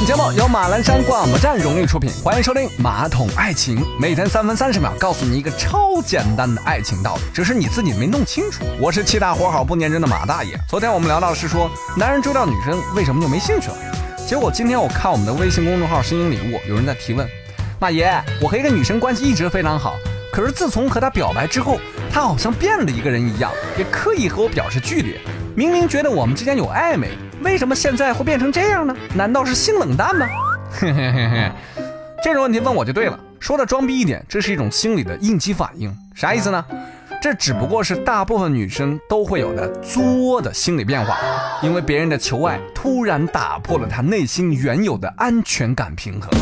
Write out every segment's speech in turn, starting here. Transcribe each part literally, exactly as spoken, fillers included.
本节目由马栏山广播站荣誉出品，欢迎收听马桶爱情，每天三分三十秒告诉你一个超简单的爱情道理，只是你自己没弄清楚。我是气大活好不粘人的马大爷。昨天我们聊到的是说男人追到女生为什么就没兴趣了，结果今天我看我们的微信公众号声音礼物，有人在提问，马爷，我和一个女生关系一直非常好，可是自从和她表白之后，她好像变了一个人一样，也刻意和我表示距离，明明觉得我们之间有暧昧，为什么现在会变成这样呢？难道是性冷淡吗？嘿嘿嘿嘿，这种问题问我就对了，说的装逼一点，这是一种心理的应激反应。啥意思呢？这只不过是大部分女生都会有的作的心理变化，因为别人的求爱突然打破了她内心原有的安全感平衡。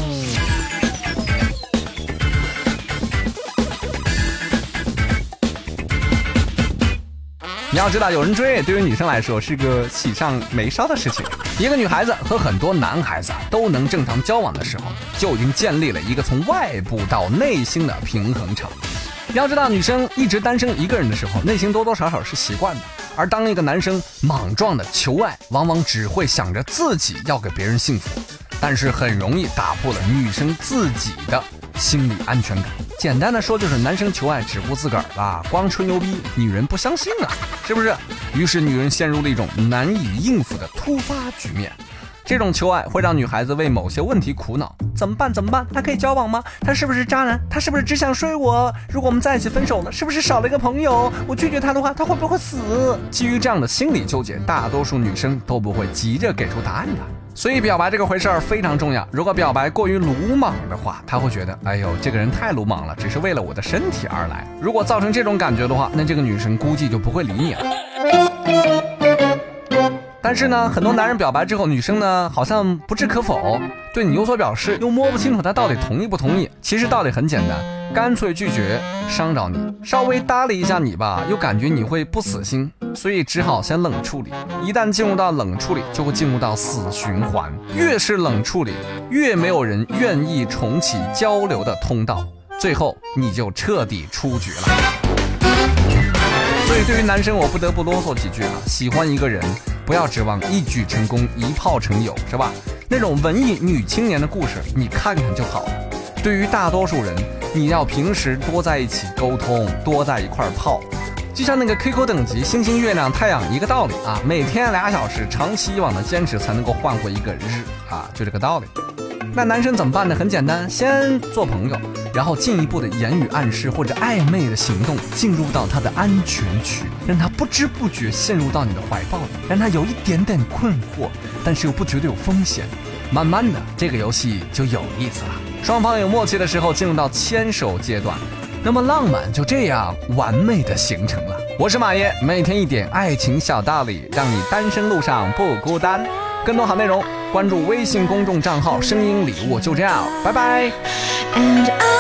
你要知道，有人追对于女生来说是个喜上眉梢的事情。一个女孩子和很多男孩子都能正常交往的时候，就已经建立了一个从外部到内心的平衡场。要知道，女生一直单身一个人的时候，内心多多少少是习惯的，而当一个男生莽撞的求爱，往往只会想着自己要给别人幸福，但是很容易打破了女生自己的心理安全感。简单的说，就是男生求爱只顾自个儿啦，光吹牛逼，女人不相信啊，是不是？于是女人陷入了一种难以应付的突发局面。这种求爱会让女孩子为某些问题苦恼，怎么办？怎么办？他可以交往吗？他是不是渣男？他是不是只想睡我？如果我们在一起分手了，是不是少了一个朋友？我拒绝他的话，他会不会死？基于这样的心理纠结，大多数女生都不会急着给出答案的。所以表白这个回事儿非常重要，如果表白过于鲁莽的话，他会觉得哎呦这个人太鲁莽了，只是为了我的身体而来。如果造成这种感觉的话，那这个女生估计就不会理你了。但是呢，很多男人表白之后，女生呢好像不置可否，对你有所表示，又摸不清楚他到底同意不同意。其实道理很简单，干脆拒绝伤着你，稍微搭理一下你吧，又感觉你会不死心，所以只好先冷处理。一旦进入到冷处理，就会进入到死循环，越是冷处理，越没有人愿意重启交流的通道，最后你就彻底出局了。所以对于男生，我不得不啰嗦几句了，喜欢一个人不要指望一举成功一炮成友，是吧？那种文艺女青年的故事你看看就好了。对于大多数人，你要平时多在一起沟通，多在一块泡，就像那个 Q Q 等级星星月亮太阳一个道理啊，每天俩小时长期以往的坚持才能够换回一个日啊，就这个道理。那男生怎么办呢？很简单，先做朋友，然后进一步的言语暗示或者暧昧的行动，进入到他的安全区，让他不知不觉陷入到你的怀抱里，让他有一点点困惑，但是又不觉得有风险。慢慢的，这个游戏就有意思了。双方有默契的时候，进入到牵手阶段，那么浪漫就这样完美的形成了。我是马爷，每天一点爱情小道理，让你单身路上不孤单。更多好内容关注微信公众账号声音礼物。就这样，拜拜。And I